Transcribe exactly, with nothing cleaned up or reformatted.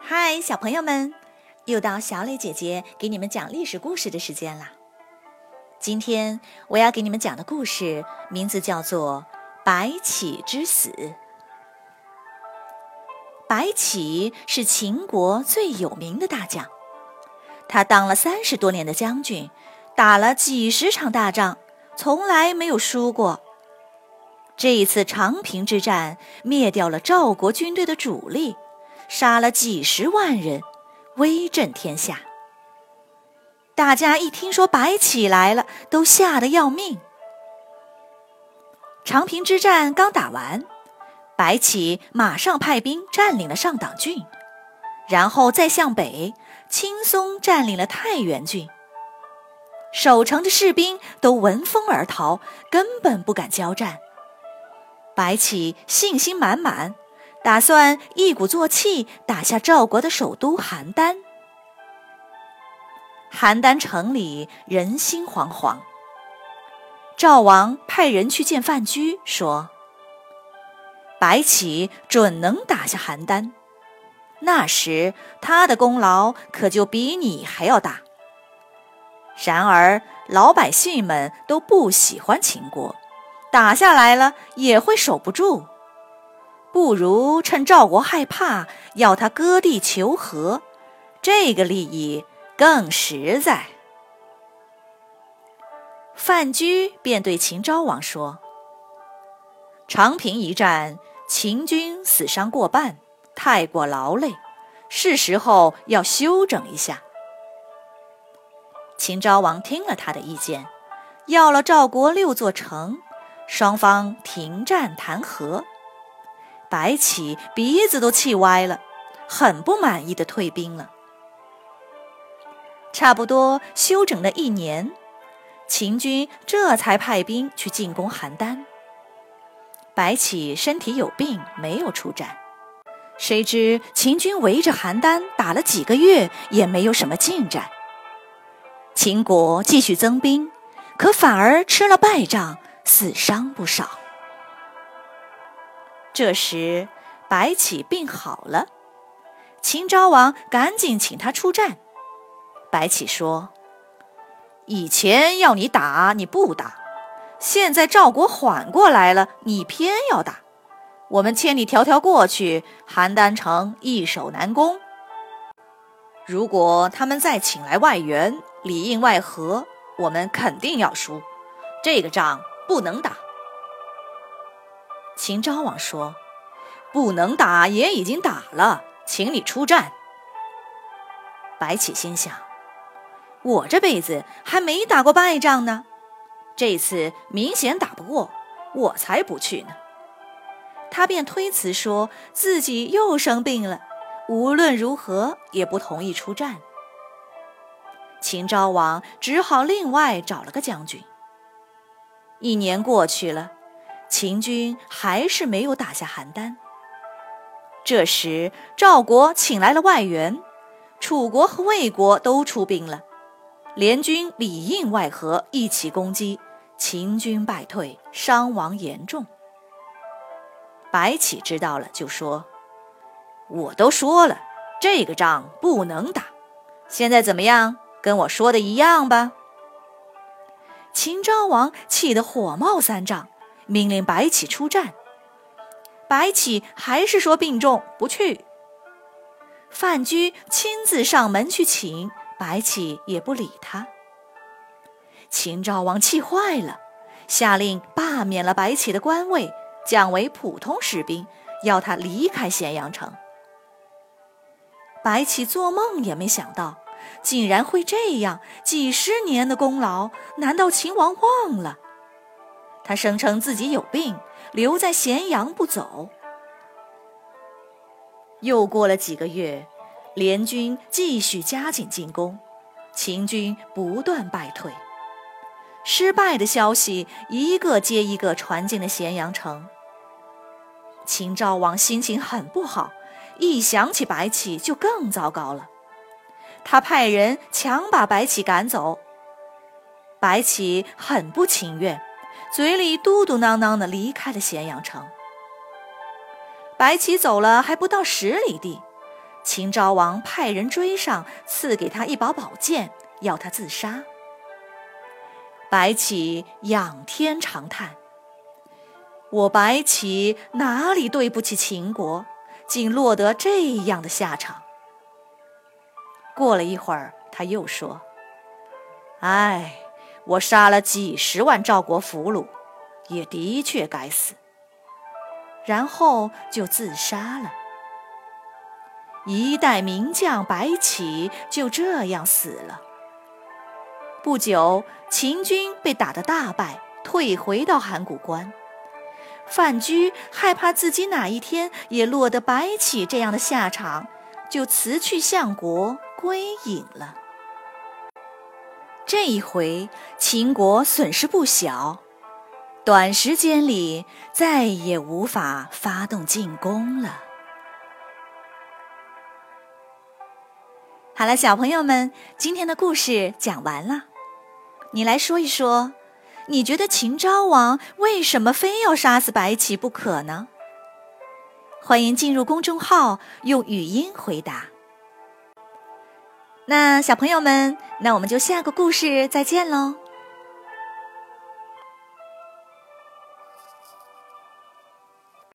嗨，小朋友们，又到小磊姐姐给你们讲历史故事的时间啦。今天我要给你们讲的故事名字叫做《白起之死》。白起是秦国最有名的大将，他当了三十多年的将军，打了几十场大仗，从来没有输过。这一次长平之战，灭掉了赵国军队的主力，杀了几十万人，威震天下。大家一听说白起来了，都吓得要命。长平之战刚打完，白起马上派兵占领了上党郡，然后再向北，轻松占领了太原郡。守城的士兵都闻风而逃，根本不敢交战。白起信心满满，打算一鼓作气打下赵国的首都邯郸。邯郸城里人心惶惶，赵王派人去见范雎，说白起准能打下邯郸，那时他的功劳可就比你还要大。然而老百姓们都不喜欢秦国，打下来了也会守不住，不如趁赵国害怕，要他割地求和，这个利益更实在。范雎便对秦昭王说，长平一战，秦军死伤过半，太过劳累，是时候要休整一下。秦昭王听了他的意见，要了赵国六座城，双方停战谈和。白起鼻子都气歪了，很不满意的退兵了。差不多休整了一年，秦军这才派兵去进攻邯郸。白起身体有病，没有出战。谁知秦军围着邯郸打了几个月，也没有什么进展。秦国继续增兵，可反而吃了败仗，死伤不少。这时白起病好了，秦昭王赶紧请他出战。白起说，以前要你打你不打，现在赵国缓过来了，你偏要打，我们千里迢迢过去，邯郸城易守难攻。如果他们再请来外援，里应外合，我们肯定要输，这个仗不能打。秦昭王说，不能打也已经打了，请你出战。白起心想，我这辈子还没打过败仗呢，这次明显打不过，我才不去呢。他便推辞说自己又生病了，无论如何也不同意出战。秦昭王只好另外找了个将军。一年过去了，秦军还是没有打下邯郸。这时赵国请来了外援，楚国和魏国都出兵了，联军里应外合，一起攻击，秦军败退，伤亡严重。白起知道了，就说，我都说了，这个仗不能打，现在怎么样，跟我说的一样吧。秦昭王气得火冒三丈，命令白起出战。白起还是说病重不去。范雎亲自上门去请，白起也不理他。秦昭王气坏了，下令罢免了白起的官位，降为普通士兵，要他离开咸阳城。白起做梦也没想到，竟然会这样，几十年的功劳，难道秦王忘了？他声称自己有病，留在咸阳不走。又过了几个月，联军继续加紧进攻，秦军不断败退。失败的消息一个接一个传进了咸阳城。秦昭王心情很不好，一想起白起就更糟糕了。他派人强把白起赶走。白起很不情愿，嘴里嘟嘟囔囔地离开了咸阳城。白起走了还不到十里地， 秦昭王派人追上，赐给他一把宝剑，要他自杀。白起仰天长叹：我白起哪里对不起秦国，竟落得这样的下场。过了一会儿，他又说：唉，我杀了几十万赵国俘虏，也的确该死。然后就自杀了。一代名将白起就这样死了。不久，秦军被打得大败，退回到函谷关。范雎害怕自己哪一天也落得白起这样的下场，就辞去相国，归隐了。这一回，秦国损失不小，短时间里再也无法发动进攻了。好了，小朋友们，今天的故事讲完了。你来说一说，你觉得秦昭王为什么非要杀死白起不可呢？欢迎进入公众号用语音回答。那小朋友们，那我们就下个故事再见喽。